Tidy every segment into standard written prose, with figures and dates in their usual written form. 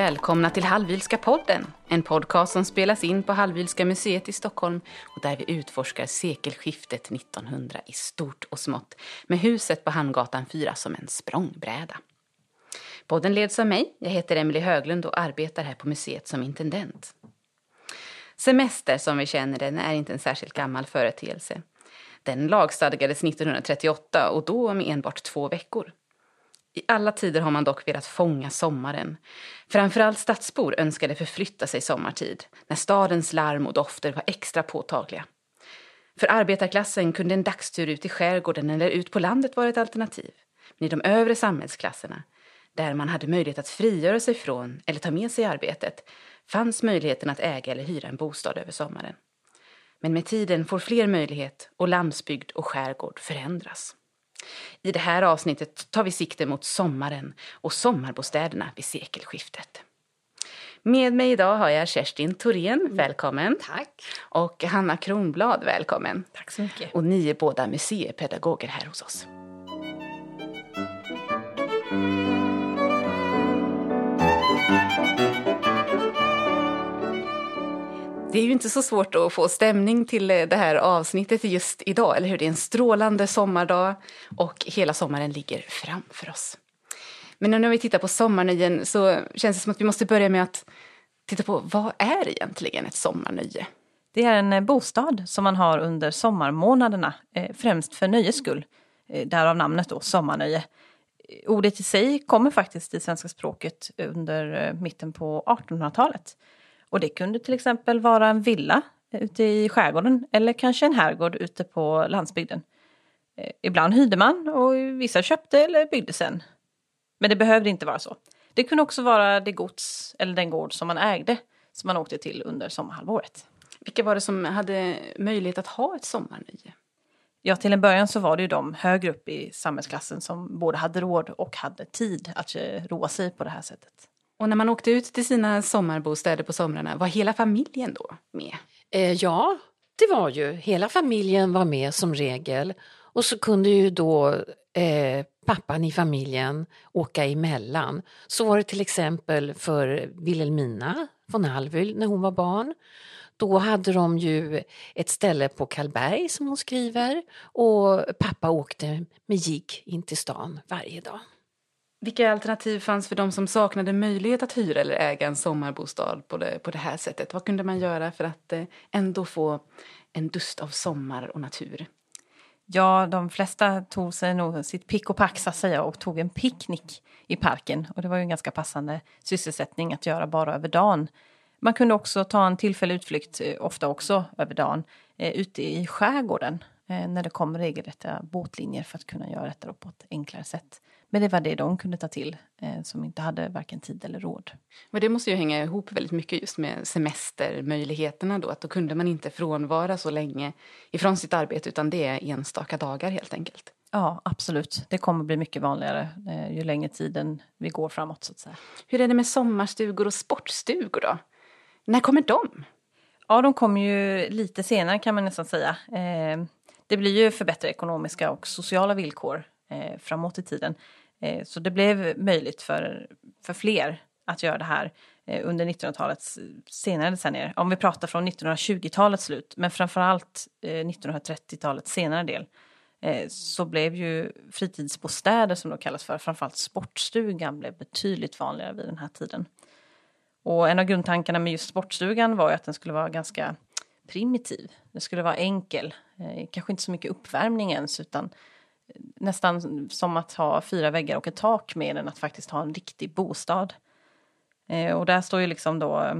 Välkomna till Hallwylska podden, en podcast som spelas in på Hallwylska museet i Stockholm och där vi utforskar sekelskiftet 1900 i stort och smått med huset på Hamngatan 4 som en språngbräda. Podden leds av mig, jag heter Emelie Höglund och arbetar här på museet som intendent. Semester som vi känner den är inte en särskilt gammal företeelse. Den lagstadgades 1938 och då med enbart 2 veckor. I alla tider har man dock velat fånga sommaren. Framförallt stadsbor önskade förflytta sig sommartid, när stadens larm och dofter var extra påtagliga. För arbetarklassen kunde en dagstur ut i skärgården eller ut på landet vara ett alternativ. Men i de övre samhällsklasserna, där man hade möjlighet att frigöra sig från eller ta med sig arbetet, fanns möjligheten att äga eller hyra en bostad över sommaren. Men med tiden får fler möjlighet och landsbygd och skärgård förändras. I det här avsnittet tar vi sikte mot sommaren och sommarbostäderna vid sekelskiftet. Med mig idag har jag Kerstin Thorén, välkommen. Tack. Och Hanna Kronblad, välkommen. Tack så mycket. Och ni är båda museipedagoger här hos oss. Det är ju inte så svårt att få stämning till det här avsnittet just idag, eller hur? Det är en strålande sommardag och hela sommaren ligger framför oss. Men när vi tittar på sommarnöjen så känns det som att vi måste börja med att titta på vad är egentligen ett sommarnöje? Det är en bostad som man har under sommarmånaderna, främst för nöjes skull. Därav namnet då, sommarnöje. Ordet i sig kommer faktiskt i svenska språket under mitten på 1800-talet. Och det kunde till exempel vara en villa ute i skärgården eller kanske en herrgård ute på landsbygden. Ibland hyrde man och vissa köpte eller byggde sen. Men det behövde inte vara så. Det kunde också vara det gods eller den gård som man ägde som man åkte till under sommarhalvåret. Vilka var det som hade möjlighet att ha ett sommarnöje? Ja, till en början så var det ju de högre upp i samhällsklassen som både hade råd och hade tid att roa sig på det här sättet. Och när man åkte ut till sina sommarbostäder på somrarna, var hela familjen då med? Ja, det var ju. Hela familjen var med som regel. Och så kunde ju då pappan i familjen åka emellan. Så var det till exempel för Wilhelmina von Hallwyl när hon var barn. Då hade de ju ett ställe på Karlberg som hon skriver. Och pappa åkte med jigg in till stan varje dag. Vilka alternativ fanns för de som saknade möjlighet att hyra eller äga en sommarbostad på det här sättet? Vad kunde man göra för att ändå få en dust av sommar och natur? Ja, de flesta tog sig nog sitt pick och pack så att säga, och tog en picknick i parken. Och det var ju en ganska passande sysselsättning att göra bara över dagen. Man kunde också ta en tillfällig utflykt, ofta också över dagen, ute i skärgården. När det kom regelrätta båtlinjer för att kunna göra detta på ett enklare sätt. Men det var det de kunde ta till som inte hade varken tid eller råd. Och det måste ju hänga ihop väldigt mycket just med semestermöjligheterna då. Att då kunde man inte frånvara så länge ifrån sitt arbete utan det är enstaka dagar helt enkelt. Ja, absolut. Det kommer bli mycket vanligare ju längre tiden vi går framåt så att säga. Hur är det med sommarstugor och sportstugor då? När kommer de? Ja, de kommer ju lite senare kan man nästan säga. Det blir ju förbättrade ekonomiska och sociala villkor framåt i tiden. Så det blev möjligt för fler att göra det här under 1900-talets senare decennier. Om vi pratar från 1920-talets slut, men framförallt 1930-talets senare del, så blev ju fritidsbostäder som då kallas för, framförallt sportstugan, blev betydligt vanligare vid den här tiden. Och en av grundtankarna med just sportstugan var ju att den skulle vara ganska primitiv. Den skulle vara enkel, kanske inte så mycket uppvärmning ens utan nästan som att ha 4 väggar och ett tak mer än att faktiskt ha en riktig bostad. Och där står ju liksom då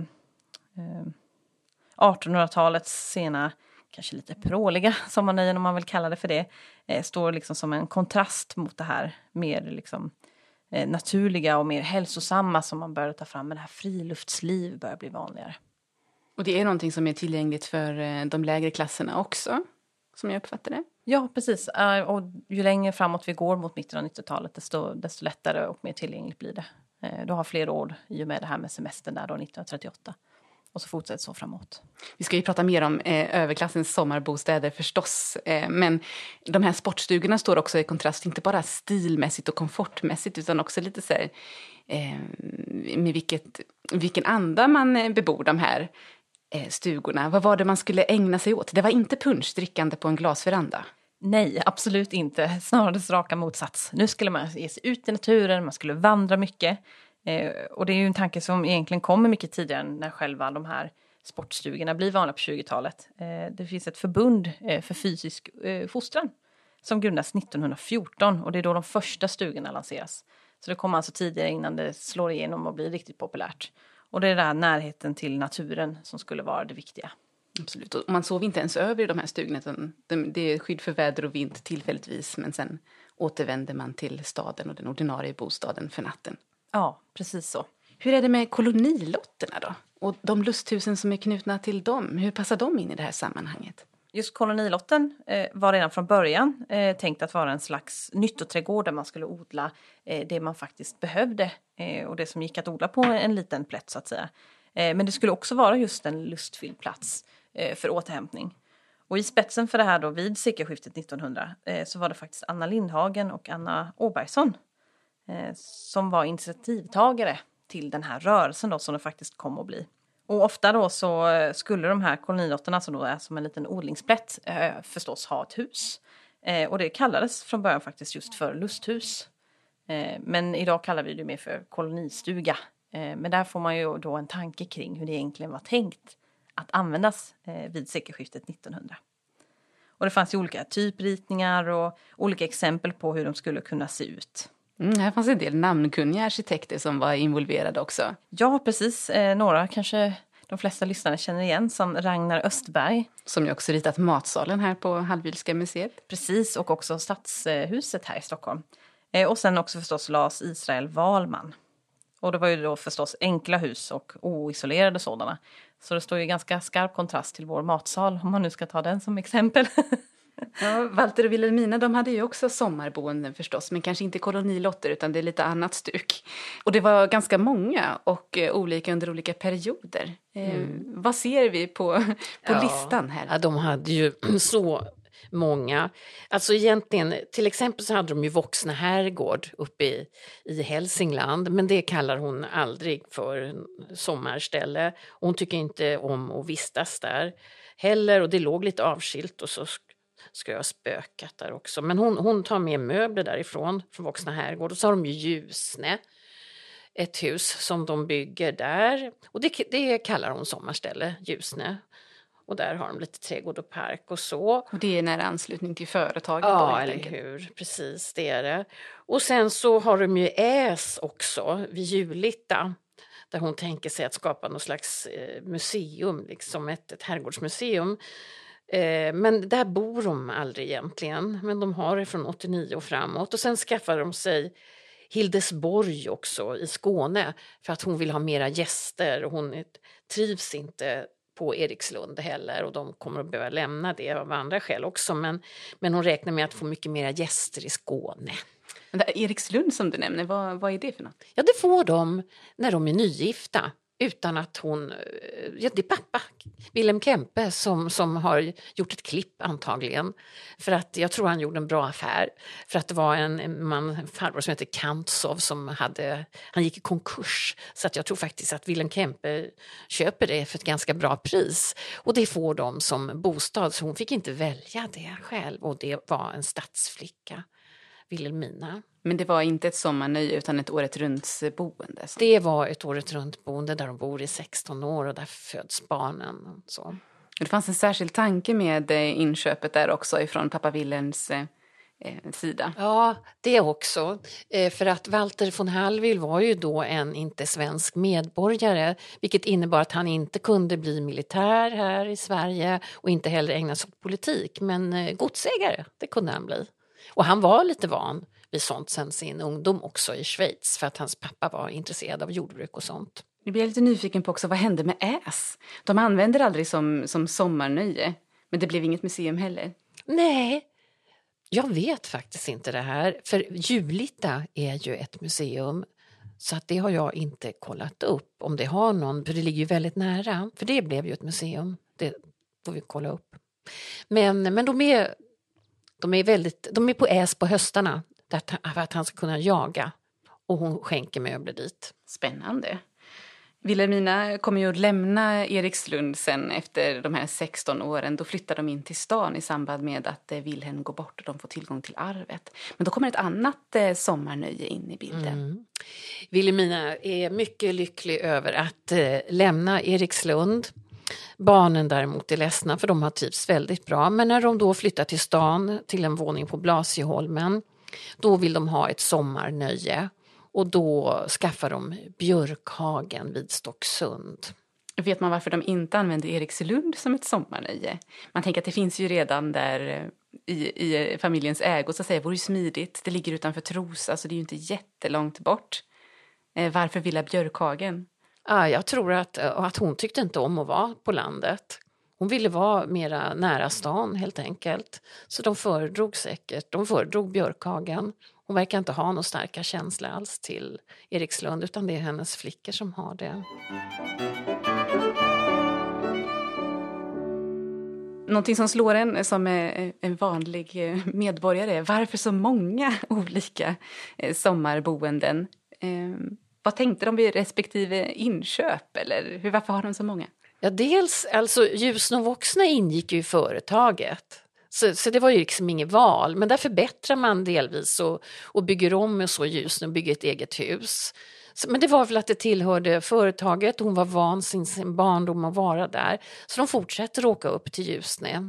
1800-talets sena, kanske lite pråliga sommarnöjen om man vill kalla det för det, står liksom som en kontrast mot det här mer liksom naturliga och mer hälsosamma som man började ta fram. Men det här friluftsliv börjar bli vanligare. Och det är någonting som är tillgängligt för de lägre klasserna också, som jag uppfattar det. Ja, precis. Och ju längre framåt vi går mot mitten av 90-talet desto lättare och mer tillgängligt blir det. Då har fler år i och med det här med semestern där då 1938. Och så fortsätter så framåt. Vi ska ju prata mer om överklassens sommarbostäder förstås. Men de här sportstugorna står också i kontrast inte bara stilmässigt och komfortmässigt utan också lite så här, med vilket vilken anda man bebor de här stugorna. Vad var det man skulle ägna sig åt? Det var inte punschdrickande på en glasveranda. Nej, absolut inte. Snarare raka motsats. Nu skulle man ge sig ut i naturen, man skulle vandra mycket. Och det är ju en tanke som egentligen kommer mycket tidigare när själva de här sportstugorna blir vanliga på 20-talet. Det finns ett förbund för fysisk fostran som grundas 1914 och det är då de första stugorna lanseras. Så det kommer alltså tidigare innan det slår igenom och blir riktigt populärt. Och det är den här närheten till naturen som skulle vara det viktiga. Absolut, och man sov inte ens över i de här stugorna. Det är skydd för väder och vind tillfälligtvis, men sen återvänder man till staden och den ordinarie bostaden för natten. Ja, precis så. Hur är det med kolonilotterna då? Och de lusthusen som är knutna till dem, hur passar de in i det här sammanhanget? Just kolonilotten var redan från början tänkt att vara en slags nyttoträdgård där man skulle odla det man faktiskt behövde och det som gick att odla på en liten plätt så att säga. Men det skulle också vara just en lustfylld plats för återhämtning. Och i spetsen för det här då vid sekelskiftet 1900 så var det faktiskt Anna Lindhagen och Anna Åbergsson som var initiativtagare till den här rörelsen då som det faktiskt kom att bli. Och ofta då så skulle de här kolonilotterna som då är som en liten odlingsplätt förstås ha ett hus. Och det kallades från början faktiskt just för lusthus. Men idag kallar vi det mer för kolonistuga. Men där får man ju då en tanke kring hur det egentligen var tänkt att användas vid sekelskiftet 1900. Och det fanns ju olika typritningar och olika exempel på hur de skulle kunna se ut. Här fanns en del namnkunniga arkitekter som var involverade också. Ja, precis. Några kanske de flesta lyssnare känner igen som Ragnar Östberg. Som ju också ritat matsalen här på Hallwylska museet. Precis, och också Stadshuset här i Stockholm. Och sen också förstås Lars Israel Wahlman. Och det var ju då förstås enkla hus och oisolerade sådana. Så det står ju ganska skarp kontrast till vår matsal om man nu ska ta den som exempel. Ja, Walter och Wilhelmina, de hade ju också sommarboenden förstås, men kanske inte kolonilotter utan det är lite annat stuk. Och det var ganska många och olika under olika perioder. Vad ser vi på listan här? Ja, de hade ju så många. Alltså egentligen, till exempel så hade de ju Voxna herrgård uppe i Hälsingland, men det kallar hon aldrig för sommarställe. Och hon tycker inte om att vistas där heller och det låg lite avskilt och så ska jag ha spökat där också. Men hon tar med möbler därifrån, från Voxna herrgård. Och så har de ju Ljusne, ett hus som de bygger där. Och det kallar hon sommarställe, Ljusne. Och där har de lite trädgård och park och så. Och det är nära anslutning till företaget. Ja, eller hur. Precis, det är det. Och sen så har de ju Äs också, vid Julita. Där hon tänker sig att skapa någon slags museum, liksom ett herrgårdsmuseum. Men där bor de aldrig egentligen. Men de har det från 89 och framåt. Och sen skaffar de sig Hildesborg också i Skåne. För att hon vill ha mera gäster. Och hon trivs inte på Erikslund heller. Och de kommer att behöva lämna det av andra skäl också. Men hon räknar med att få mycket mera gäster i Skåne. Men det Erikslund som du nämner, vad är det för något? Ja, det får de när de är nygifta. Utan att hon... Ja, det är pappa, Wilhelm Kempe, som har gjort ett klipp antagligen. För att jag tror han gjorde en bra affär. För att det var en farbror som heter Kantsov som han gick i konkurs. Så att jag tror faktiskt att Wilhelm Kempe köper det för ett ganska bra pris. Och det får de som bostad, så hon fick inte välja det själv. Och det var en stadsflicka, Wilhelmina. Men det var inte ett sommarnöje utan ett året runt boende? Det var ett året runt boende där de bor i 16 år och där föds barnen. Och så. Det fanns en särskild tanke med inköpet där också ifrån pappa Wilhelms sida. Ja, det också. För att Walter von Hallwyl var ju då en inte svensk medborgare, vilket innebar att han inte kunde bli militär här i Sverige och inte heller ägna sig åt politik. Men godsägare, det kunde han bli. Och han var lite van vid sånt sen sin ungdom också i Schweiz för att hans pappa var intresserad av jordbruk och sånt. Nu blir jag lite nyfiken på också, vad hände med Äs? De använder aldrig som sommarnöje, men det blev inget museum heller. Nej, jag vet faktiskt inte det här. För Julita är ju ett museum, så att det har jag inte kollat upp. Om det har någon, för det ligger ju väldigt nära. För det blev ju ett museum, det får vi kolla upp. Men de är på Äs på höstarna. För att han ska kunna jaga. Och hon skänker möbler dit. Spännande. Vilhelmina kommer ju att lämna Erikslund sen efter de här 16 åren. Då flyttar de in till stan i samband med att Vilhelm går bort och de får tillgång till arvet. Men då kommer ett annat sommarnöje in i bilden. Vilhelmina är mycket lycklig över att lämna Erikslund. Barnen däremot är ledsna för de har trivts väldigt bra. Men när de då flyttar till stan till en våning på Blasieholmen, då vill de ha ett sommarnöje. Och då skaffar de Björkhagen vid Stocksund. Vet man varför de inte använder Erikslund som ett sommarnöje? Man tänker att det finns ju redan där i familjens ägo, så att säga, vore ju smidigt. Det ligger utanför Trosa, så det är ju inte jättelångt bort. Varför vill Björkhagen? Jag tror att hon tyckte inte om att vara på landet. Hon ville vara mera nära stan helt enkelt. Så de föredrog Björkhagen. Hon verkar inte ha någon starka känsla alls till Erikslund, utan det är hennes flickor som har det. Någonting som slår en som en vanlig medborgare är varför så många olika sommarboenden. Vad tänkte de vid respektive inköp, eller varför har de så många? Ja, dels, alltså Ljusne och Voxna ingick ju i företaget. Så det var ju liksom inget val, men där förbättrar man delvis och bygger om och så Ljusne och bygger ett eget hus. Men det var väl att det tillhörde företaget, hon var van sin barndom att vara där. Så de fortsätter åka upp till Ljusne.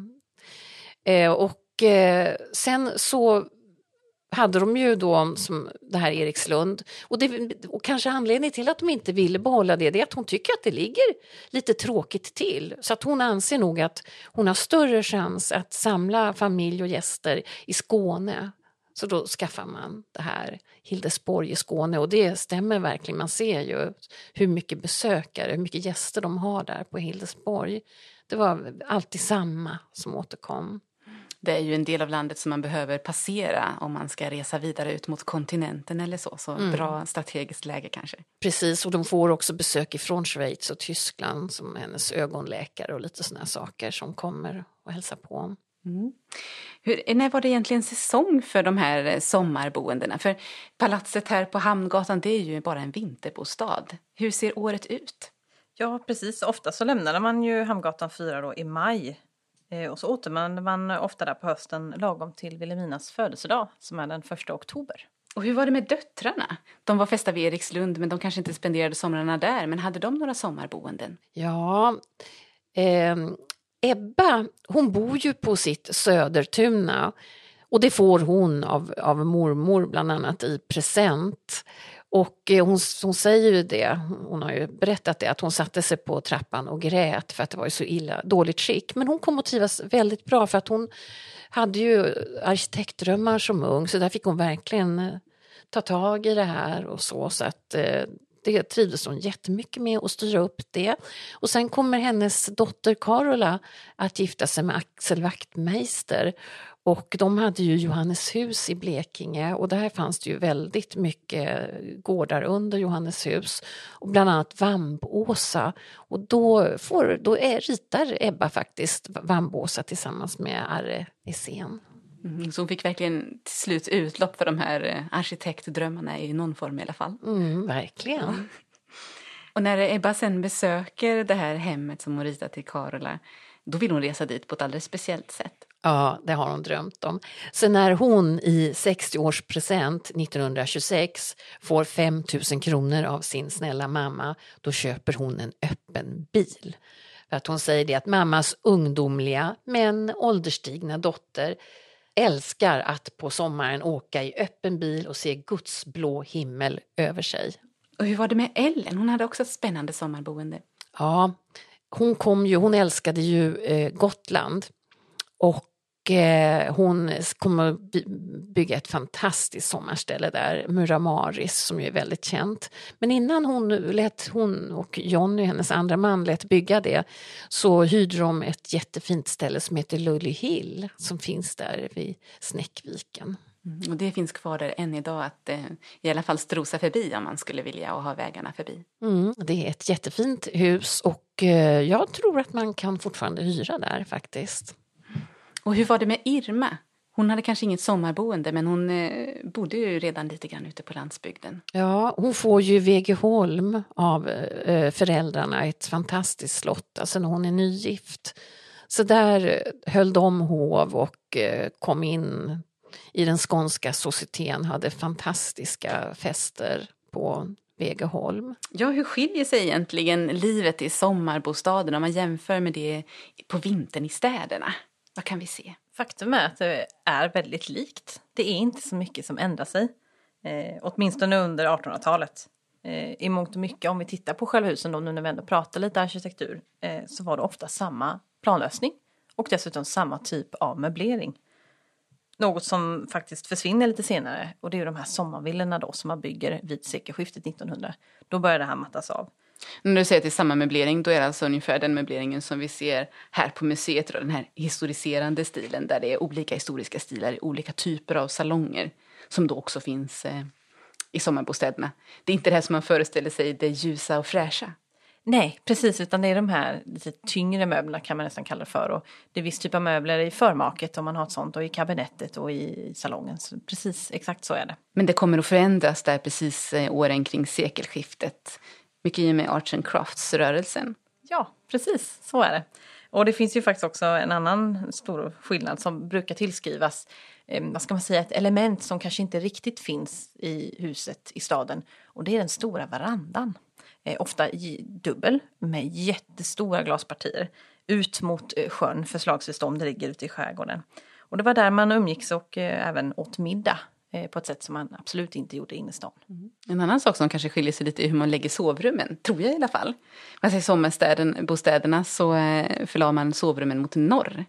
Sen så hade de ju då som det här Erikslund. Och kanske anledningen till att de inte ville behålla det är att hon tycker att det ligger lite tråkigt till. Så att hon anser nog att hon har större chans att samla familj och gäster i Skåne. Så då skaffar man det här Hildesborg i Skåne, och det stämmer verkligen. Man ser ju hur mycket besökare, hur mycket gäster de har där på Hildesborg. Det var alltid samma som återkom. Det är ju en del av landet som man behöver passera om man ska resa vidare ut mot kontinenten eller så. Så bra strategiskt läge kanske. Precis, och de får också besök ifrån Schweiz och Tyskland som hennes ögonläkare och lite såna saker som kommer och hälsar på. När var det egentligen säsong för de här sommarboendena? För palatset här på Hamngatan, det är ju bara en vinterbostad. Hur ser året ut? Ja, precis. Ofta så lämnade man ju Hamngatan 4 då i maj. Och så återvände man ofta där på hösten lagom till Vilhelminas födelsedag som är den 1 oktober. Och hur var det med döttrarna? De var fästa vid Erikslund, men de kanske inte spenderade somrarna där. Men hade de några sommarboenden? Ja, Ebba, hon bor ju på sitt Södertuna. Och det får hon av mormor bland annat i present. Och hon säger ju det, hon har ju berättat det, att hon satte sig på trappan och grät för att det var ju så dåligt skick. Men hon kom att trivas väldigt bra för att hon hade ju arkitektdrömmar som ung, så där fick hon verkligen ta tag i det här och så att det trivdes hon jättemycket med att styra upp det. Och sen kommer hennes dotter Carola att gifta sig med Axel Wachtmeister. Och de hade ju Johanneshus i Blekinge, och där fanns det ju väldigt mycket gårdar under Johanneshus. Och bland annat Vambåsa. Och då ritar Ebba faktiskt Vambåsa tillsammans med Arre Essén. Så hon fick verkligen till slut utlopp för de här arkitektdrömmarna i någon form i alla fall. Verkligen. Ja. Och när Ebba sen besöker det här hemmet som hon ritat till Carola, då vill hon resa dit på ett alldeles speciellt sätt. Ja, det har hon drömt om. Så när hon i 60-årspresent 1926 får 5 000 kronor av sin snälla mamma, då köper hon en öppen bil. För att hon säger det att mammas ungdomliga men ålderstigna dotter älskar att på sommaren åka i öppen bil och se Guds blå himmel över sig. Och hur var det med Ellen? Hon hade också ett spännande sommarboende. Ja, hon älskade ju Gotland. Och hon kommer att bygga ett fantastiskt sommarställe där, Muramaris, som ju är väldigt känt. Men innan hon och Jonny, hennes andra man, lät bygga det, så hyrde de ett jättefint ställe som heter Lully Hill, som finns där vid Snäckviken. Och det finns kvar där än idag att i alla fall strosa förbi om man skulle vilja och ha vägarna förbi. Det är ett jättefint hus, och jag tror att man kan fortfarande hyra där faktiskt. Och hur var det med Irma? Hon hade kanske inget sommarboende, men hon bodde ju redan lite grann ute på landsbygden. Ja, hon får ju Vegeholm av föräldrarna, ett fantastiskt slott, alltså när hon är nygift. Så där höll de hov och kom in i den skånska societeten, hade fantastiska fester på Vegeholm. Ja, hur skiljer sig egentligen livet i sommarbostaden om man jämför med det på vintern i städerna? Vad kan vi se? Faktum är att det är väldigt likt. Det är inte så mycket som ändrar sig. Åtminstone under 1800-talet. I mångt och mycket, om vi tittar på själva husen då, nu när vi ändå pratar lite arkitektur, så var det ofta samma planlösning och dessutom samma typ av möblering. Något som faktiskt försvinner lite senare, och det är ju de här sommarvillorna då som man bygger vid sekelskiftet 1900. Då börjar det här mattas av. När du säger att det är samma möblering, då är det alltså ungefär den möbleringen som vi ser här på museet, då, den här historiserande stilen där det är olika historiska stilar i olika typer av salonger som då också finns i sommarbostäderna. Det är inte det här som man föreställer sig, det ljusa och fräscha. Nej, precis, utan det är de här lite tyngre möblerna kan man nästan kalla det för. Och det är viss typ av möbler i förmaket om man har ett sånt, och i kabinettet och i salongen. Så precis, exakt så är det. Men det kommer att förändras där precis åren kring sekelskiftet. Mycket i och med Arts and Crafts-rörelsen. Ja, precis, så är det. Och det finns ju faktiskt också en annan stor skillnad som brukar tillskrivas, vad ska man säga, ett element som kanske inte riktigt finns i huset i staden. Och det är den stora verandan. Ofta dubbel med jättestora glaspartier ut mot sjön, förslagsvis om det ligger ute i skärgården. Och det var där man umgicks och även åt middag på ett sätt som man absolut inte gjorde inne i stan. En annan sak som kanske skiljer sig lite är hur man lägger sovrummen, tror jag i alla fall. Man säger sommarbostäderna så förlar man sovrummen mot norr.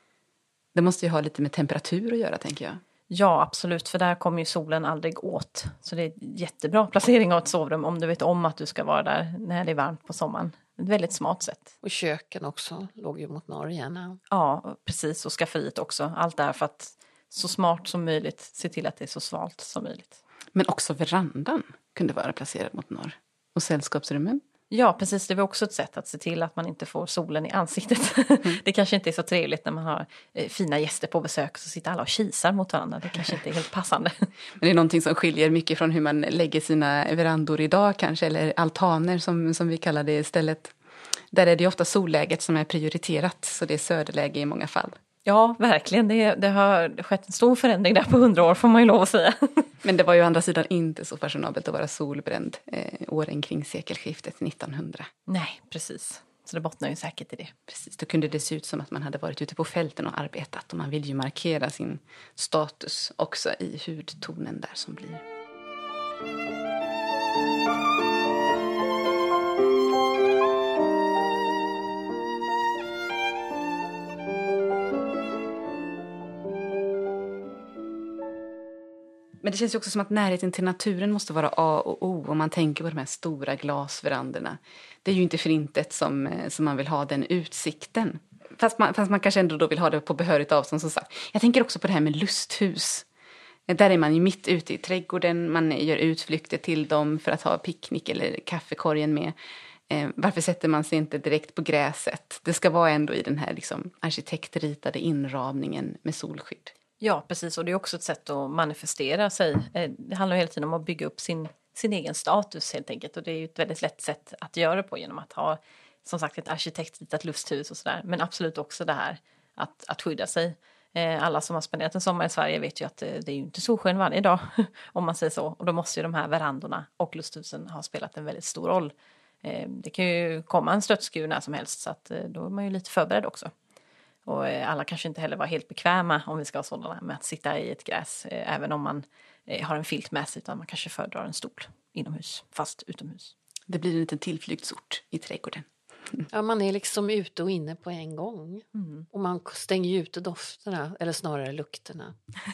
Det måste ju ha lite med temperatur att göra, tänker jag. Ja, absolut, för där kommer ju solen aldrig åt. Så det är jättebra placering av ett sovrum om du vet om att du ska vara där när det är varmt på sommaren. Ett väldigt smart sätt. Och köken också låg ju mot norr gärna. Ja, precis, och skafferiet också. Allt där för att så smart som möjligt se till att det är så svalt som möjligt. Men också verandan kunde vara placerad mot norr. Och sällskapsrummen? Ja, precis. Det var också ett sätt att se till att man inte får solen i ansiktet. Det kanske inte är så trevligt när man har fina gäster på besök, så sitter alla och kisar mot varandra. Det kanske inte är helt passande. Men det är någonting som skiljer mycket från hur man lägger sina verandor idag kanske, eller altaner som vi kallar det istället. Där är det ofta solläget som är prioriterat, så det är söderläge i många fall. Ja, verkligen. Det har skett en stor förändring där på 100 år, får man ju lov att säga. Men det var ju å andra sidan inte så fashionabelt att vara solbränd åren kring sekelskiftet 1900. Nej, precis. Så det bottnar ju säkert i det. Precis, då kunde det se ut som att man hade varit ute på fälten och arbetat. Och man vill ju markera sin status också i hudtonen där som blir. Men det känns ju också som att närheten till naturen måste vara A och O om man tänker på de här stora glasveranderna. Det är ju inte för intet som man vill ha den utsikten. Fast man kanske ändå då vill ha det på behörigt avstånd, som sagt. Jag tänker också på det här med lusthus. Där är man ju mitt ute i trädgården, man gör utflykter till dem för att ha picknick eller kaffekorgen med. Varför sätter man sig inte direkt på gräset? Det ska vara ändå i den här liksom arkitektritade inramningen med solskydd. Ja, precis. Och det är också ett sätt att manifestera sig. Det handlar hela tiden om att bygga upp sin egen status helt enkelt. Och det är ju ett väldigt lätt sätt att göra det på genom att ha, som sagt, ett arkitektritat lusthus och sådär. Men absolut också det här att skydda sig. Alla som har spenderat en sommar i Sverige vet ju att det är ju inte solsken varje dag, om man säger så. Och då måste ju de här verandorna och lusthusen ha spelat en väldigt stor roll. Det kan ju komma en stötskur när som helst, så att då är man ju lite förberedd också. Och alla kanske inte heller var helt bekväma, om vi ska ha sådana, med att sitta i ett gräs. Även om man har en filt med sig, utan man kanske föredrar en stol inomhus, fast utomhus. Det blir en liten tillflyktsort i trädgården. Ja, man är liksom ute och inne på en gång. Mm. Och man stänger ju ute dofterna, eller snarare lukterna.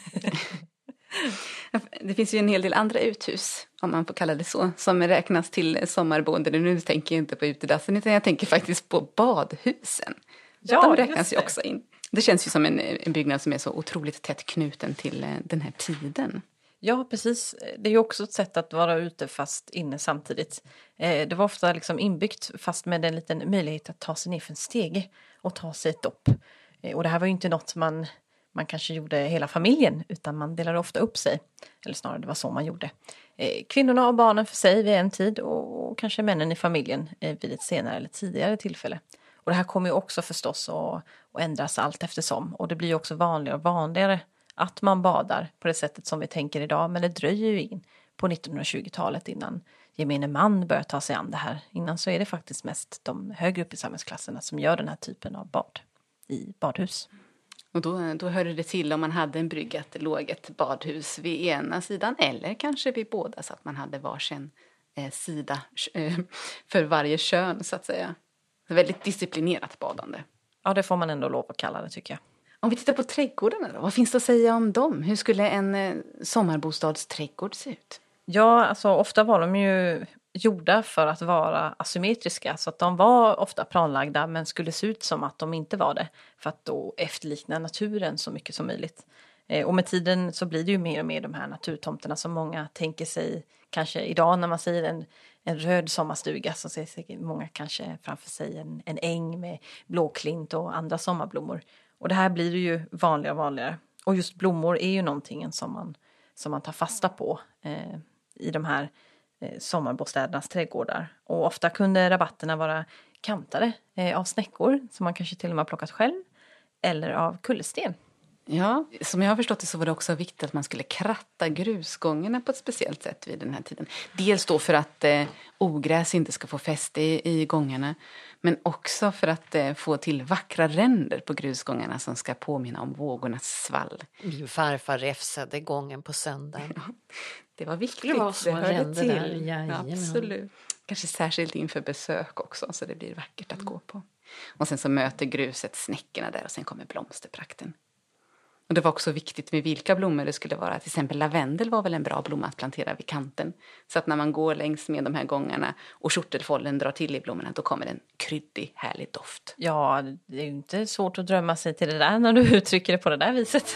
Det finns ju en hel del andra uthus, om man får kalla det så, som räknas till sommarboende. Nu tänker jag inte på utedassen, utan jag tänker faktiskt på badhusen. Ja, de räknas ju också in. Det känns ju som en byggnad som är så otroligt tätt knuten till den här tiden. Ja, precis. Det är ju också ett sätt att vara ute fast inne samtidigt. Det var ofta liksom inbyggt, fast med en liten möjlighet att ta sig ner för en stege och ta sig ett dopp. Och det här var ju inte något man man kanske gjorde hela familjen, utan man delade ofta upp sig. Eller snarare det var så man gjorde. Kvinnorna och barnen för sig vid en tid och kanske männen i familjen vid ett senare eller tidigare tillfälle. Och det här kommer ju också förstås att ändras allt eftersom. Och det blir ju också vanligare och vanligare att man badar på det sättet som vi tänker idag. Men det dröjer ju in på 1920-talet innan gemene man börjar ta sig an det här. Innan så är det faktiskt mest de högre upp i samhällsklasserna som gör den här typen av bad i badhus. Och då hörde det till om man hade en brygga att det låg ett badhus vid ena sidan eller kanske vid båda, så att man hade varsin sida för varje kön så att säga. Väldigt disciplinerat badande. Ja, det får man ändå lov att kalla det, tycker jag. Om vi tittar på trädgårdarna då, vad finns det att säga om dem? Hur skulle en sommarbostadsträdgård se ut? Ja, alltså ofta var de ju gjorda för att vara asymmetriska, så att de var ofta planlagda men skulle se ut som att de inte var det, för att då efterlikna naturen så mycket som möjligt. Och med tiden så blir det ju mer och mer de här naturtomterna som många tänker sig, kanske idag när man säger en röd sommarstuga, så ser sig många kanske framför sig en äng med blåklint och andra sommarblommor. Och det här blir ju vanligare och vanligare. Och just blommor är ju någonting som man tar fasta på i de här sommarbostädernas trädgårdar. Och ofta kunde rabatterna vara kantade av snäckor som man kanske till och med har plockat själv, eller av kullersten. Ja, som jag har förstått det så var det också viktigt att man skulle kratta grusgångarna på ett speciellt sätt vid den här tiden. Dels då för att ogräs inte ska få fäste i gångarna, men också för att få till vackra ränder på grusgångarna som ska påminna om vågornas svall. Min farfar räfsade gången på söndagen. Ja, det var viktigt, det var så det hörde till. Där. Ja, absolut. Kanske särskilt inför besök också, så det blir vackert att gå på. Och sen så möter gruset snäckorna där och sen kommer blomsterprakten. Och det var också viktigt med vilka blommor det skulle vara. Till exempel lavendel var väl en bra blomma att plantera vid kanten. Så att när man går längs med de här gångarna och skjortelfållen drar till i blommorna, då kommer en kryddig, härlig doft. Ja, det är ju inte svårt att drömma sig till det där när du uttrycker det på det där viset.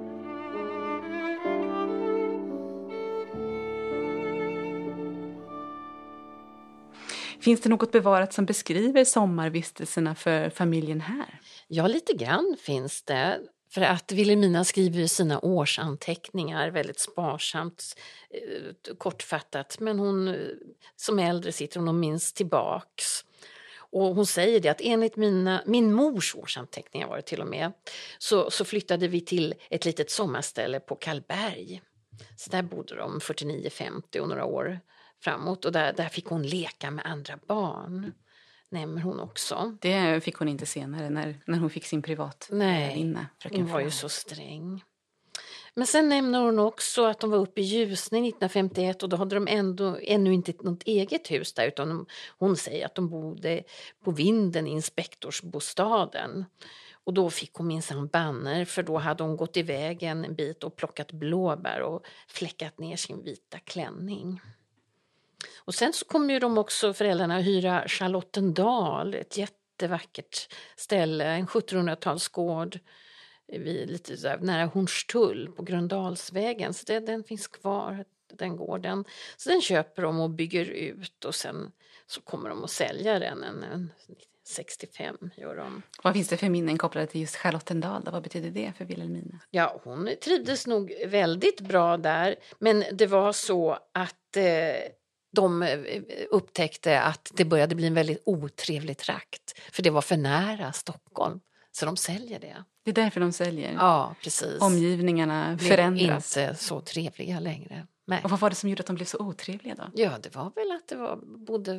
Finns det något bevarat som beskriver sommarvistelserna för familjen här? Ja, lite grann finns det. För att Wilhelmina skriver ju sina årsanteckningar väldigt sparsamt, kortfattat. Men hon som äldre sitter hon och minns tillbaks. Och hon säger det att enligt min mors årsanteckningar var det till och med, så flyttade vi till ett litet sommarställe på Karlberg. Så där bodde de 49-50 och några år framåt. Och där fick hon leka med andra barn. Nämner hon också. Det fick hon inte senare när hon fick sin privat inne. Hon var ju så sträng. Men sen nämner hon också att de var uppe i Ljusne 1951 och då hade de ännu inte något eget hus där, utan hon säger att de bodde på vinden i inspektorsbostaden. Och då fick hon minsann banner, för då hade hon gått iväg en bit och plockat blåbär och fläckat ner sin vita klänning. Och sen så kommer ju de också, föräldrarna, hyra Charlottendal, ett jättevackert ställe, en 1700-talsgård lite där, nära Hornstull på Gröndalsvägen. Så den finns kvar, den gården. Så den köper de och bygger ut och sen så kommer de att sälja den en 65 gör de. Vad finns det för minnen kopplade till just Charlottendal? Vad betyder det för Wilhelmina? Ja, hon trivdes nog väldigt bra där, men det var så att de upptäckte att det började bli en väldigt otrevlig trakt. För det var för nära Stockholm. Så de säljer det. Det är därför de säljer? Ja, precis. Omgivningarna förändras. Inte så trevliga längre. Nej. Och vad var det som gjorde att de blev så otrevliga då? Ja, det var väl att bodde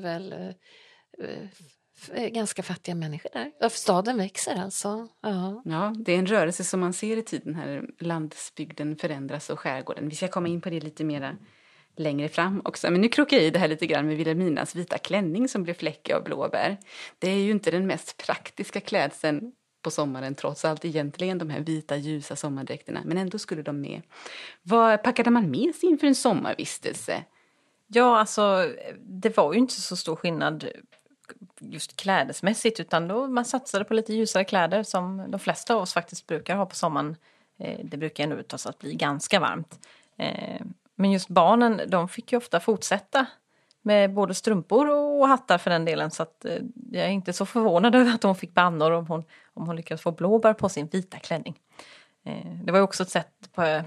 ganska fattiga människor där. Staden växer alltså. Ja, det är en rörelse som man ser i tiden här. Landsbygden förändras och skärgården. Vi ska komma in på det lite mera längre fram också. Men nu krokar jag i det här lite grann med Wilhelminas vita klänning som blev fläckig av blåbär. Det är ju inte den mest praktiska klädseln på sommaren, trots allt egentligen de här vita ljusa sommardräkterna. Men ändå skulle de med. Vad packade man med sig inför en sommarvistelse? Ja, alltså det var ju inte så stor skillnad just klädesmässigt, utan då man satsade på lite ljusare kläder som de flesta av oss faktiskt brukar ha på sommaren. Det brukar ändå uttas att bli ganska varmt. Men just barnen, de fick ju ofta fortsätta med både strumpor och hattar för den delen, så att jag är inte så förvånad över att hon fick bannor om hon lyckades få blåbär på sin vita klänning. Det var ju också ett sätt på...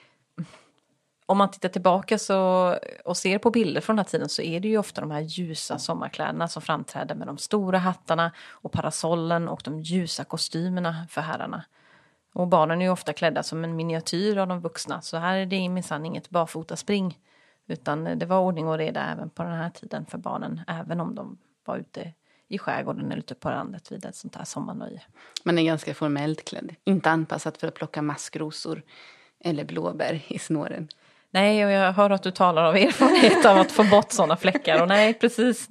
Om man tittar tillbaka och ser på bilder från den här tiden så är det ju ofta de här ljusa sommarkläderna som framträder med de stora hattarna och parasollen och de ljusa kostymerna för herrarna. Och barnen är ju ofta klädda som en miniatyr av de vuxna, så här är det minsann inget barfotaspring, utan det var ordning och reda även på den här tiden för barnen, även om de var ute i skärgården eller ute på landet vid ett sånt här sommarnöje. Man är ganska formellt klädd, inte anpassat för att plocka maskrosor eller blåbär i snåren. Nej, och jag hör att du talar av erfarenhet av att få bort sådana fläckar. Och nej, precis,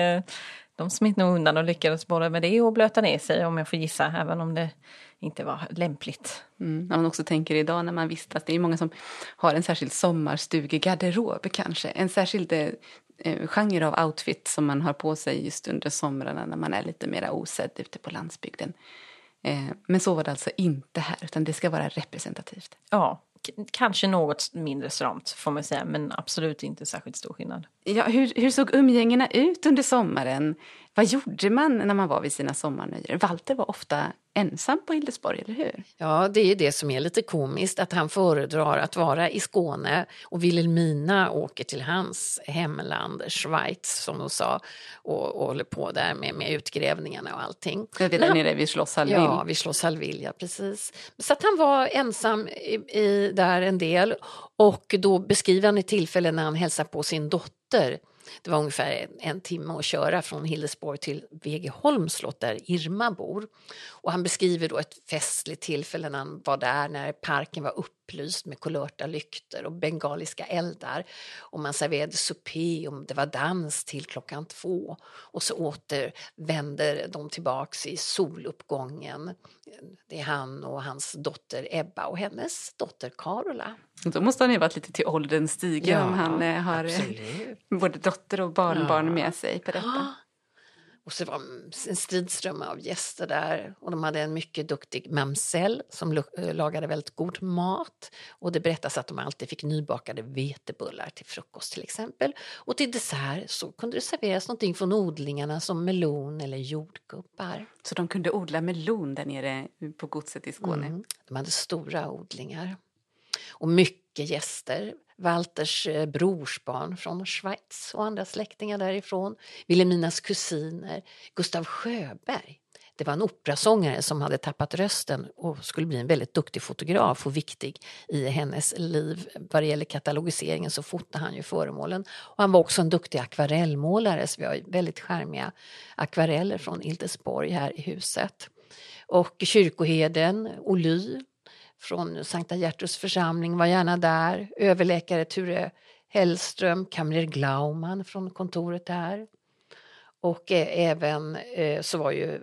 de smitt nog undan och lyckades både med det och blöta ner sig, om jag får gissa, även om det inte var lämpligt. När man också tänker idag när man vistas, det är många som har en särskild sommarstugegarderob kanske. En särskild genre av outfit som man har på sig just under somrarna när man är lite mer osedd ute på landsbygden. Men så var det alltså inte här, utan det ska vara representativt. Ja, kanske något mindre stramt får man säga, men absolut inte särskilt stor skillnad. Ja, hur såg umgängena ut under sommaren? Vad gjorde man när man var vid sina sommarnöjer? Walter var ofta ensam på Hildesborg, eller hur? Ja, det är det som är lite komiskt, att han föredrar att vara i Skåne och Wilhelmina åker till hans hemland, Schweiz som de sa, och håller på där med utgrävningarna och allting. Jag vet, där nere vid Schloss Hallwyl. Ja, vid Schloss Hallwyl, ja, precis. Så att han var ensam där en del, och då beskriver han ett tillfälle när han hälsar på sin dotter. Det var ungefär en timme att köra från Hildesborg till Vegeholms slott där Irma bor. Och han beskriver då ett festligt tillfälle när han var där, när parken var upplyst med kulörta lyktor och bengaliska eldar. Och man serverade supé och det var dans till 2:00. Och så återvänder de tillbaks i soluppgången. Det är han och hans dotter Ebba och hennes dotter Carola. Då måste han ju varit lite till åldern stiga om han har både dotter och barnbarn med sig på detta. Och så var en stridström av gäster där, och de hade en mycket duktig mamsell som lagade väldigt god mat, och det berättas att de alltid fick nybakade vetebullar till frukost till exempel, och till dessert så kunde det serveras någonting från odlingarna som melon eller jordgubbar. Så de kunde odla melon där nere på godset i Skåne? De hade stora odlingar och mycket gäster. Walters brorsbarn från Schweiz och andra släktingar därifrån. Wilhelminas kusiner. Gustav Sjöberg. Det var en operasångare som hade tappat rösten och skulle bli en väldigt duktig fotograf och viktig i hennes liv. Vad det gäller katalogiseringen så fotade han ju föremålen. Och han var också en duktig akvarellmålare, så vi har väldigt charmiga akvareller från Hildesborg här i huset. Och kyrkoherden Oly från Sankta Gertruds församling var gärna där. Överläkare Ture Hellström, kamrer Glaumann från kontoret där. Och även så var ju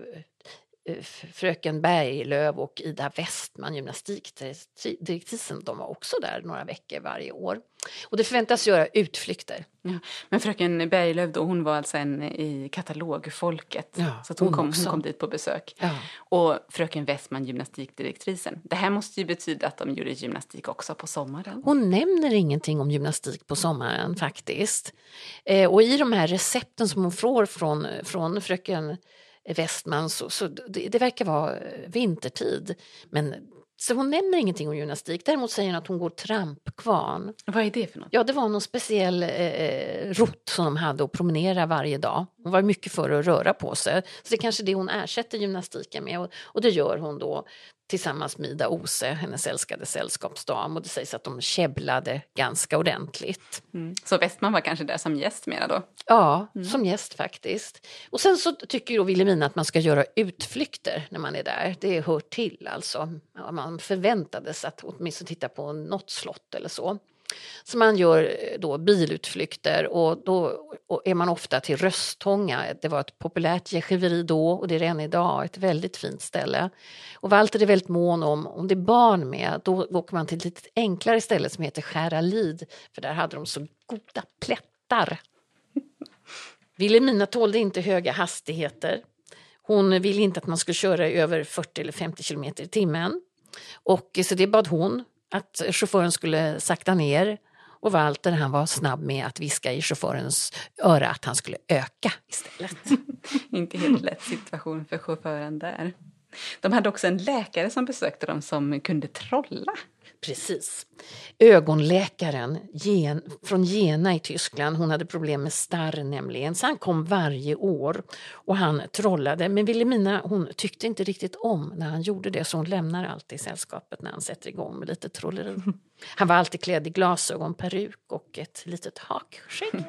fröken Berglöf och Ida Westman, gymnastikdirektisen, de var också där några veckor varje år. Och det förväntas göra utflykter. Ja, men fröken Berglöf då, hon var alltså en i katalogfolket. Ja, så att hon kom dit på besök. Ja. Och fröken Westman, gymnastikdirektrisen. Det här måste ju betyda att de gjorde gymnastik också på sommaren. Hon nämner ingenting om gymnastik på sommaren faktiskt. Och i de här recepten som hon får från fröken Westman så det verkar vara vintertid. Men så hon nämner ingenting om gymnastik. Däremot säger hon att hon går trampkvarn. Vad är det för något? Ja, det var någon speciell rutt som de hade att promenera varje dag. Hon var mycket för att röra på sig. Så det är kanske det hon ersätter gymnastiken med. Och det gör hon då tillsammans med Ida Ose, hennes älskade sällskapsdam. Och det sägs att de käbblade ganska ordentligt. Så Westman var kanske där som gäst mera då? Ja, som gäst faktiskt. Och sen så tycker då Wilhelmina att man ska göra utflykter när man är där. Det hör till alltså. Man förväntades att åtminstone titta på något slott eller så. Så man gör då bilutflykter, och då är man ofta till Röstånga. Det var ett populärt gästgiveri då, och det är redan idag ett väldigt fint ställe. Och Walter är väldigt mån om det är barn med, då åker man till ett lite enklare ställe som heter Skäralid, för där hade de så goda plättar. Wilhelmina tålde inte höga hastigheter. Hon ville inte att man skulle köra över 40 eller 50 kilometer i timmen. Och så det bad hon att chauffören skulle sakta ner, och Walter han var snabb med att viska i chaufförens öra att han skulle öka istället. Inte helt lätt situation för chauffören där. De hade också en läkare som besökte dem som kunde trolla. Precis. Ögonläkaren från Jena i Tyskland, hon hade problem med starr nämligen, så han kom varje år och han trollade. Men Wilhelmina, hon tyckte inte riktigt om när han gjorde det, så hon lämnar alltid sällskapet när han sätter igång med lite trolleri. Han var alltid klädd i glasögon, peruk och ett litet hakskägg.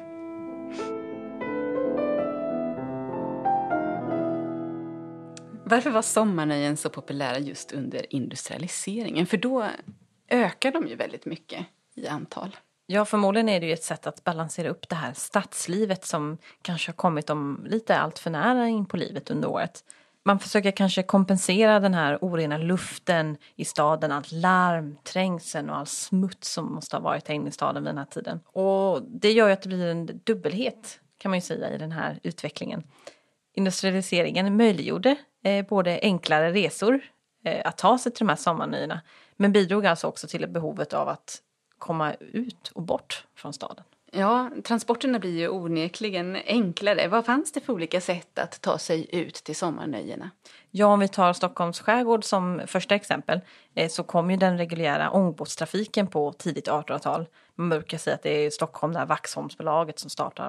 Varför var sommarnöjen så populära just under industrialiseringen? För då ökar de ju väldigt mycket i antal. Ja, förmodligen är det ju ett sätt att balansera upp det här stadslivet som kanske har kommit dem lite allt för nära in på livet under året. Man försöker kanske kompensera den här orena luften i staden, allt larm, trängseln och all smuts som måste ha varit här inne i staden vid den här tiden. Och det gör ju att det blir en dubbelhet, kan man ju säga, i den här utvecklingen. Industrialiseringen möjliggjorde både enklare resor att ta sig till de här sommarnöjena, men bidrog alltså också till behovet av att komma ut och bort från staden. Ja, transporterna blir ju onekligen enklare. Vad fanns det för olika sätt att ta sig ut till sommarnöjena? Ja, om vi tar Stockholms skärgård som första exempel så kom ju den reguljära ångbåtstrafiken på tidigt 1800-tal. Man brukar säga att det är Stockholm, där Vaxholmsbolaget, som startar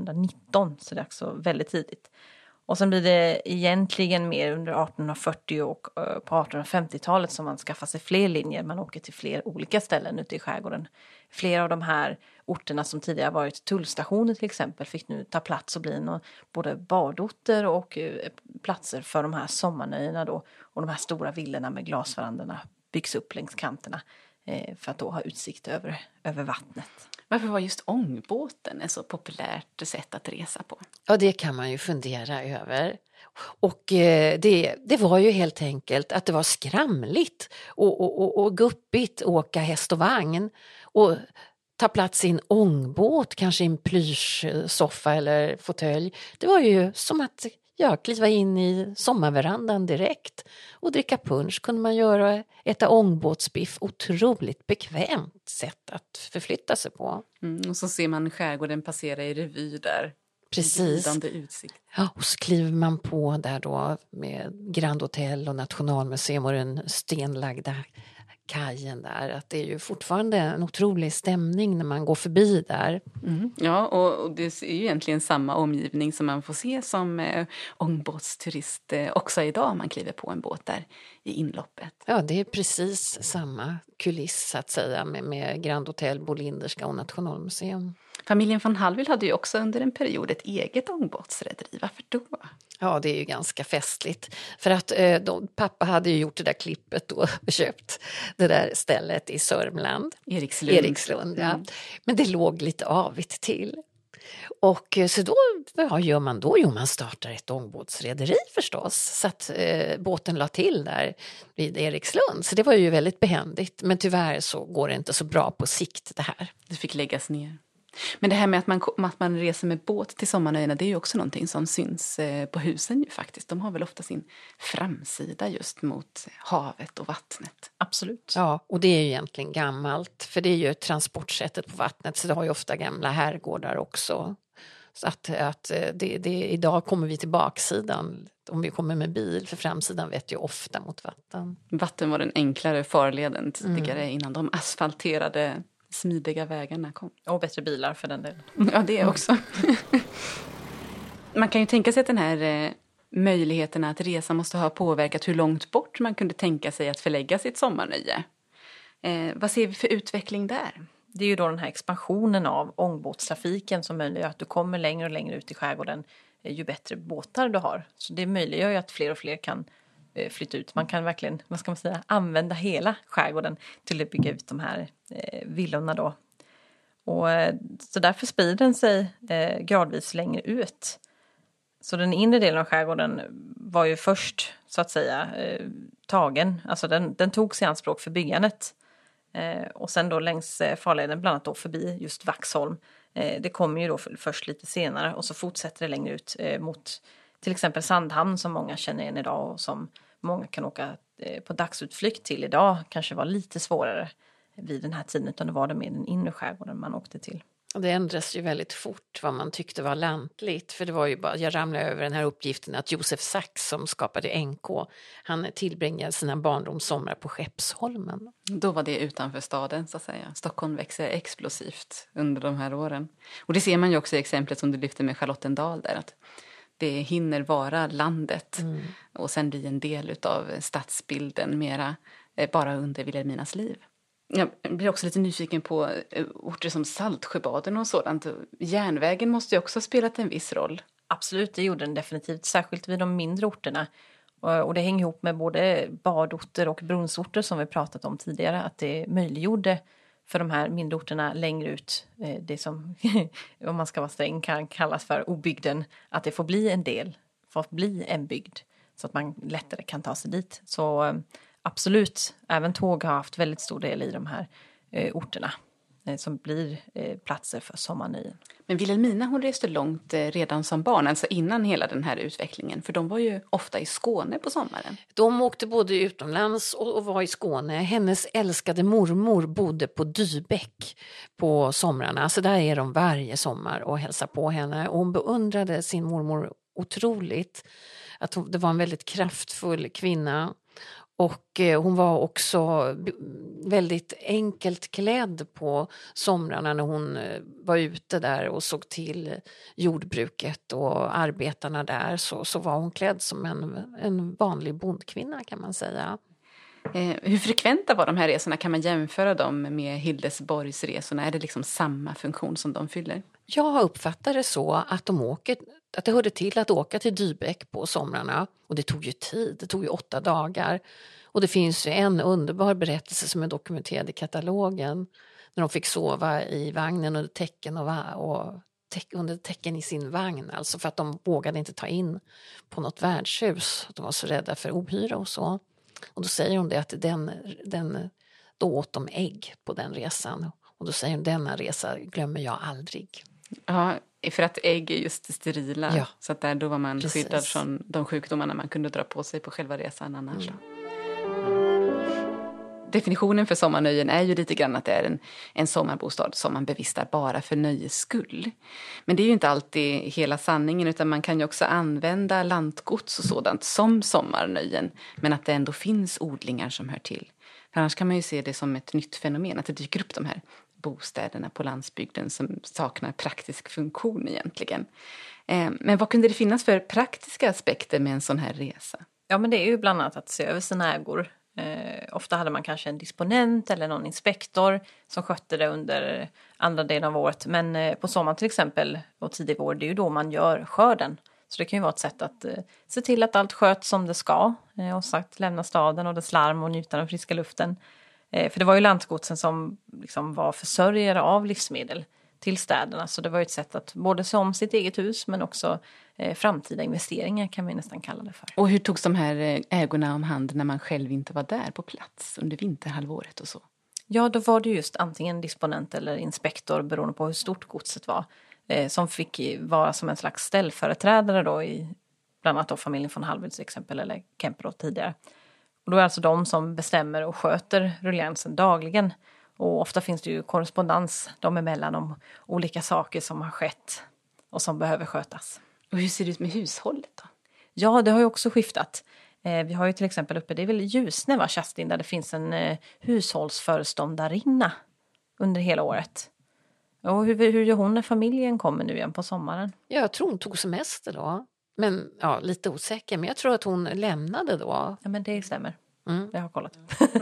1819, så det är också väldigt tidigt. Och sen blir det egentligen mer under 1840 och på 1850-talet som man skaffar sig fler linjer. Man åker till fler olika ställen ute i skärgården. Flera av de här orterna som tidigare varit tullstationer till exempel fick nu ta plats och bli både badorter och platser för de här sommarnöjena då. Och de här stora villorna med glasverandorna byggs upp längs kanterna för att då ha utsikt över vattnet. Varför var just ångbåten ett så populärt sätt att resa på? Ja, det kan man ju fundera över. Och det var ju helt enkelt att det var skramligt och guppigt att åka häst och vagn och ta plats i en ångbåt, kanske i en plyschsoffa eller fåtölj. Det var ju som att kliva in i sommarverandan direkt och dricka punsch. Kunde man göra, äta ångbåtsbiff, otroligt bekvämt sätt att förflytta sig på. Och så ser man skärgården passera i revy där. Precis. Utsikt. Ja, och så kliver man på där då med Grand Hotel och Nationalmuseum och den stenlagda kajen där. Att det är ju fortfarande en otrolig stämning när man går förbi där. Ja, och det är ju egentligen samma omgivning som man får se som ångbåtsturist också idag om man kliver på en båt där i inloppet. Ja, det är precis samma kuliss att säga med Grand Hotel, Bolinderska och Nationalmuseum. Familjen von Hallwyl hade ju också under en period ett eget ångbåtsrederi. Varför då? Ja, det är ju ganska festligt. För att pappa hade ju gjort det där klippet och köpt det där stället i Sörmland. Erikslund, ja. Men det låg lite avigt till. Och så då, vad gör man då? Jo, man startar ett ångbåtsrederi förstås. Så att båten la till där vid Erikslund. Så det var ju väldigt behändigt. Men tyvärr så går det inte så bra på sikt det här. Det fick läggas ner. Men det här med att man reser med båt till sommarnöjena, det är ju också någonting som syns på husen ju faktiskt. De har väl ofta sin framsida just mot havet och vattnet. Absolut. Ja, och det är ju egentligen gammalt. För det är ju transportsättet på vattnet, så det har ju ofta gamla herrgårdar också. Så att idag kommer vi till baksidan om vi kommer med bil, för framsidan vet ju ofta mot vatten. Vatten var den enklare farleden tidigare innan de asfalterade smidiga vägarna kom. Och bättre bilar för den delen. Ja, det också. Man kan ju tänka sig att den här möjligheten att resa måste ha påverkat hur långt bort man kunde tänka sig att förlägga sitt sommarnöje. Vad ser vi för utveckling där? Det är ju då den här expansionen av ångbåtstrafiken som möjliggör att du kommer längre och längre ut i skärgården ju bättre båtar du har. Så det möjliggör ju att fler och fler kan flytta ut. Man kan verkligen, vad ska man säga, använda hela skärgården till att bygga ut de här villorna då. Och så därför sprider den sig gradvis längre ut. Så den inre delen av skärgården var ju först så att säga tagen. Alltså den togs i anspråk för byggandet. Och sen då längs farleden, bland annat då förbi just Vaxholm. Det kommer ju då först lite senare och så fortsätter det längre ut mot till exempel Sandhamn som många känner igen idag och som många kan åka på dagsutflykt till idag. Kanske var lite svårare vid den här tiden, utan det var det med den inre skärgården man åkte till. Det ändras ju väldigt fort vad man tyckte var lantligt. För det var ju bara, jag ramlade över den här uppgiften att Josef Sachs som skapade NK, han tillbringade sina barndomssomrar på Skeppsholmen. Då var det utanför staden så att säga. Stockholm växer explosivt under de här åren. Och det ser man ju också i exemplet som du lyfte med Charlottendal där. Att det hinner vara landet och sen bli en del av stadsbilden mera bara under Vilhelminas liv. Jag blir också lite nyfiken på orter som Saltsjöbaden och sådant. Järnvägen måste ju också ha spelat en viss roll. Absolut, det gjorde den definitivt, särskilt vid de mindre orterna. Och det hänger ihop med både badorter och brunnsorter som vi pratat om tidigare. Att det möjliggjorde för de här mindre orterna längre ut, det som om man ska vara sträng kan kallas för obygden. Att det får bli en del, får bli en bygd så att man lättare kan ta sig dit. Så absolut, även tåg har haft väldigt stor del i de här orterna som blir platser för sommarnöjen. Men Vilhelmina hon reste långt redan som barn, alltså innan hela den här utvecklingen. För de var ju ofta i Skåne på sommaren. De åkte både utomlands och var i Skåne. Hennes älskade mormor bodde på Dybeck på somrarna. Så där är de varje sommar och hälsar på henne. Och hon beundrade sin mormor otroligt. Att det var en väldigt kraftfull kvinna. Och hon var också väldigt enkelt klädd på somrarna när hon var ute där och såg till jordbruket och arbetarna där. Så var hon klädd som en vanlig bondkvinna kan man säga. Hur frekventa var de här resorna? Kan man jämföra dem med Hildesborgsresorna? Är det liksom samma funktion som de fyller? Jag uppfattar det så att att det hörde till att åka till Dybeck på somrarna. Och det tog ju tid, det tog ju 8 dagar. Och det finns ju en underbar berättelse som är dokumenterad i katalogen. När de fick sova i vagnen under täcken i sin vagn. Alltså för att de vågade inte ta in på något värdshus. De var så rädda för ohyra och så. Och då säger hon det att då åt de ägg på den resan. Och då säger hon, denna resa glömmer jag aldrig. Ja, för att ägg är just sterila. Ja, så att då var man precis. skyddad från de sjukdomarna man kunde dra på sig på själva resan annars. Definitionen för sommarnöjen är ju lite grann att det är en sommarbostad som man bevistar bara för nöjes skull. Men det är ju inte alltid hela sanningen, utan man kan ju också använda lantgods och sådant som sommarnöjen. Men att det ändå finns odlingar som hör till. För annars kan man ju se det som ett nytt fenomen, att det dyker upp de här bostäderna på landsbygden som saknar praktisk funktion egentligen. Men vad kunde det finnas för praktiska aspekter med en sån här resa? Ja, men det är ju bland annat att se över sina ägor. Ofta hade man kanske en disponent eller någon inspektor som skötte det under andra delen av året. Men på sommaren till exempel och tidig vår, det är ju då man gör skörden. Så det kan ju vara ett sätt att se till att allt sköts som det ska. Och sagt lämna staden och dess larm och njuta den friska luften. För det var ju lantgodsen som liksom var försörjare av livsmedel till städerna. Så det var ju ett sätt att både se om sitt eget hus men också framtida investeringar kan vi nästan kalla det för. Och hur togs de här ägorna om hand när man själv inte var där på plats under vinterhalvåret och så? Ja, då var det just antingen disponent eller inspektor beroende på hur stort godset var. Som fick vara som en slags ställföreträdare då i bland annat då familjen från Hallwyls exempel eller Kemper då tidigare. Och då är alltså de som bestämmer och sköter ruljangsen dagligen. Och ofta finns det ju korrespondens dem emellan om olika saker som har skett och som behöver skötas. Och hur ser det ut med hushållet då? Ja, det har ju också skiftat. Vi har ju till exempel uppe, det är väl Ljusne va, Kerstin, där det finns en hushållsföreståndarinna under hela året. Och hur gör hon när familjen kommer nu igen på sommaren? Jag tror hon tog semester då. Men ja, lite osäker. Men jag tror att hon lämnade då. Ja, men det stämmer. Jag har kollat.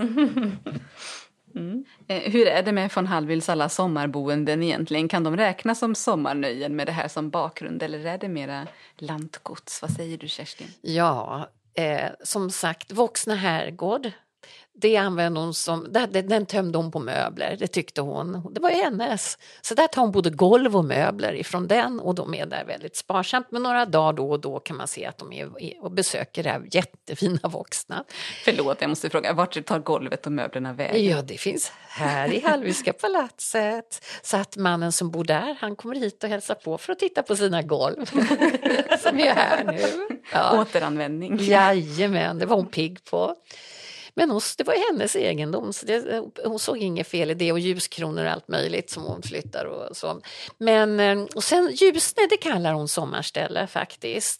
Hur är det med von Hallwyls alla sommarboenden egentligen? Kan de räknas som sommarnöjen med det här som bakgrund? Eller är det mera lantgods? Vad säger du, Kerstin? Ja, som sagt, Voxna herrgård. Det använde hon den tömde hon på möbler, det tyckte hon. Det var hennes. Så där tar hon både golv och möbler ifrån den och de är där väldigt sparsamt. Men några dagar då och då kan man se att de är och besöker det här jättefina Voxna. Förlåt, jag måste fråga, vart tar golvet och möblerna vägen? Ja, det finns här i Hallwylska palatset. Så att mannen som bor där, han kommer hit och hälsar på för att titta på sina golv. Som är här nu. Ja. Återanvändning. Jajamän, det var hon pigg på. Men det var ju hennes egendom, så hon såg inget fel i det, och ljuskronor och allt möjligt som hon flyttar och så. Men, och sen Ljusne, det kallar hon sommarställe faktiskt.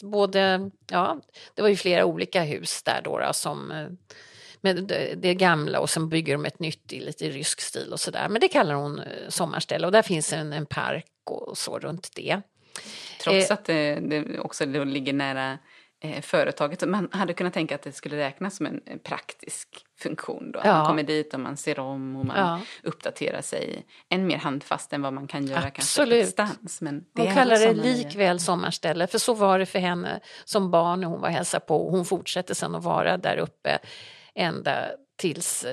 Det var ju flera olika hus där då som... Men det är gamla, och sen bygger de ett nytt i lite rysk stil och sådär. Men det kallar hon sommarställe, och där finns en park och så runt det. Trots att det också ligger nära företaget. Man hade kunnat tänka att det skulle räknas som en praktisk funktion då. Man kommer dit och man ser om och man uppdaterar sig än mer handfast än vad man kan göra kanske på distans. Men hon kallar det likväl sommarställe, för så var det för henne som barn när hon var hälsa på. Hon fortsätter sedan att vara där uppe ända tills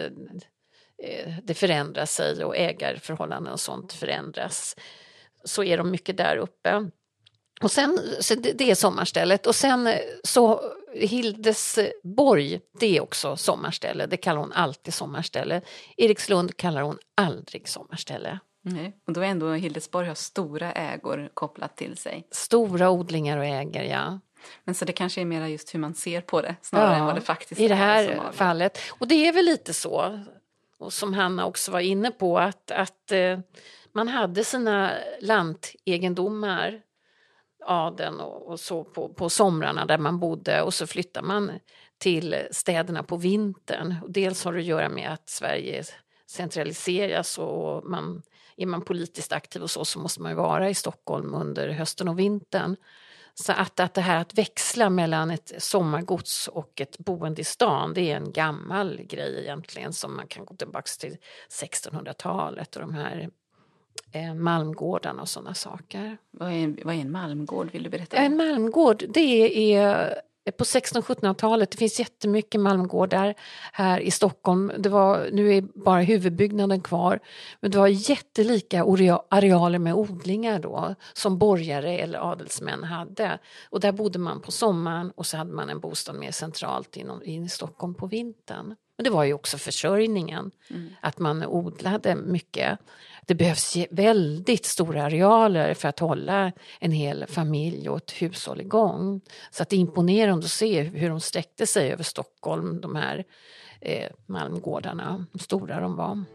det förändrar sig och ägarförhållanden och sånt förändras. Så är de mycket där uppe. Och sen, så det är sommarstället. Och sen så Hildesborg, det är också sommarställe. Det kallar hon alltid sommarställe. Erikslund kallar hon aldrig sommarställe. Nej. Och då är ändå Hildesborg har stora ägor kopplat till sig. Stora odlingar och ägor, ja. Men så det kanske är mer just hur man ser på det snarare än vad det faktiskt är. I det här fallet. Och det är väl lite så, och som Hanna också var inne på, att man hade sina lantegendomar, adeln och så på somrarna där man bodde, och så flyttar man till städerna på vintern. Och dels har det att göra med att Sverige centraliseras, och är man politiskt aktiv och så måste man ju vara i Stockholm under hösten och vintern. Så att det här att växla mellan ett sommargods och ett boende i stan, det är en gammal grej egentligen, som man kan gå tillbaka till 1600-talet och de här malmgårdarna och sådana saker. Vad är en malmgård, vill du berätta? En malmgård, det är på 1600-1700-talet. Det finns jättemycket malmgårdar här i Stockholm. Nu är bara huvudbyggnaden kvar. Men det var jättelika arealer med odlingar då, som borgare eller adelsmän hade. Och där bodde man på sommaren, och så hade man en bostad mer centralt in i Stockholm på vintern. Men det var ju också försörjningen, att man odlade mycket. Det behövs väldigt stora arealer för att hålla en hel familj och ett hushåll igång. Så att det är imponerande att se hur de sträckte sig över Stockholm, de här malmgårdarna, hur stora de var.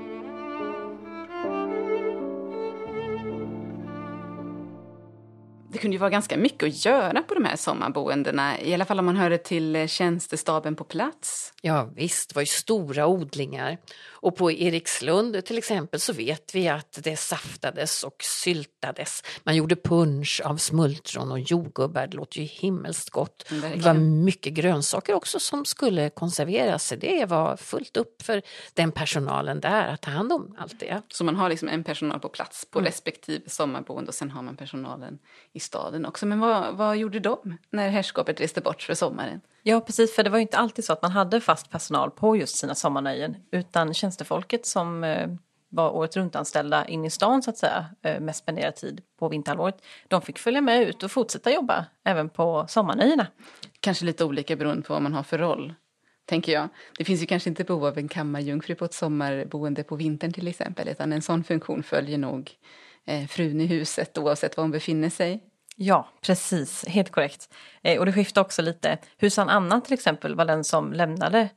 Det kunde ju vara ganska mycket att göra på de här sommarboendena, i alla fall om man hörde till tjänstestaben på plats. Ja visst, det var ju stora odlingar. Och på Erikslund till exempel så vet vi att det saftades och syltades. Man gjorde punsch av smultron och jordgubbar, det låter ju himmelskt gott. Det var mycket grönsaker också som skulle konserveras. Det var fullt upp för den personalen där att ta hand om allt det. Så man har liksom en personal på plats på respektive sommarboende, och sen har man personalen i staden också. Men vad gjorde de när herrskapet reste bort för sommaren? Ja, precis, för det var ju inte alltid så att man hade fast personal på just sina sommarnöjen, utan tjänstefolket som var året runt anställda in i stan så att säga, mest spenderad tid på vinterhalvåret, de fick följa med ut och fortsätta jobba även på sommarnöjena. Kanske lite olika beroende på vad man har för roll, tänker jag. Det finns ju kanske inte behov av en kammarjungfru på ett sommarboende på vintern till exempel, utan en sån funktion följer nog frun i huset oavsett var hon befinner sig. Ja, precis. Helt korrekt. Och det skiftar också lite. Husan Anna till exempel var den som lämnade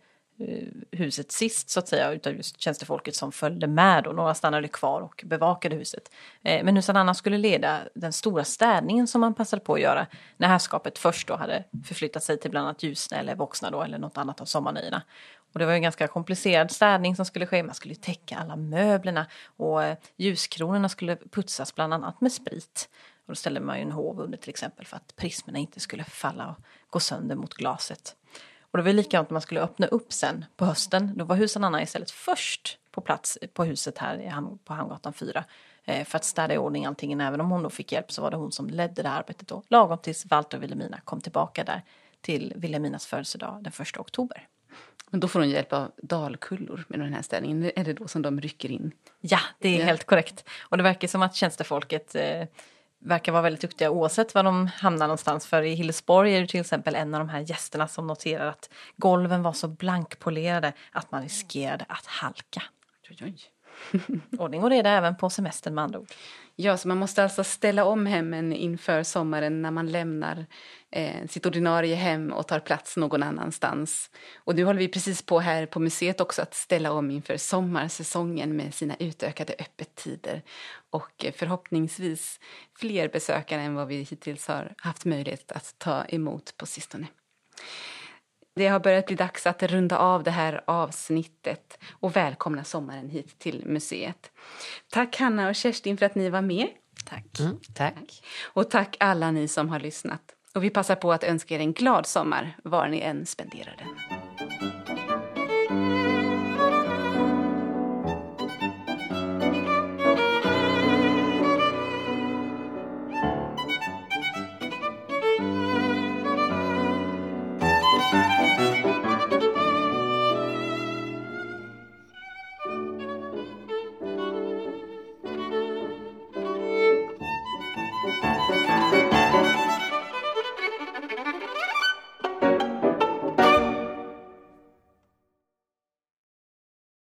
huset sist så att säga, utav just tjänstefolket som följde med, och några stannade kvar och bevakade huset. Men Husan Anna skulle leda den stora städningen som man passade på att göra när herrskapet först då hade förflyttat sig till bland annat Ljusne eller Voxna då, eller något annat av sommarnöjena. Och det var en ganska komplicerad städning som skulle ske. Man skulle täcka alla möblerna, och ljuskronorna skulle putsas bland annat med sprit. Och då ställde man ju en hov under till exempel för att prismerna inte skulle falla och gå sönder mot glaset. Och det var likadant när man skulle öppna upp sen på hösten. Då var Husan Anna istället först på plats på huset här på Hamngatan 4. För att städa i ordning allting. Även om hon då fick hjälp så var det hon som ledde det här arbetet då. Lagom tills Walter och Wilhelmina kom tillbaka där till Wilhelminas födelsedag den 1 oktober. Men då får hon hjälp av dalkullor med den här ställningen. Är det då som de rycker in? Ja, det är helt korrekt. Och det verkar som att tjänstefolket verkar vara väldigt duktiga oavsett var de hamnar någonstans. För i Hillesborg är det till exempel en av de här gästerna som noterar att golven var så blankpolerade att man riskerade att halka. Oj. Ordning och reda även på semestern med andra ord. Ja, så man måste alltså ställa om hemmen inför sommaren när man lämnar sitt ordinarie hem och tar plats någon annanstans. Och nu håller vi precis på här på museet också att ställa om inför sommarsäsongen med sina utökade öppettider. Och förhoppningsvis fler besökare än vad vi hittills har haft möjlighet att ta emot på sistone. Det har börjat bli dags att runda av det här avsnittet och välkomna sommaren hit till museet. Tack Hanna och Kerstin för att ni var med. Tack. Tack. Och tack alla ni som har lyssnat. Och vi passar på att önska er en glad sommar var ni än spenderar den.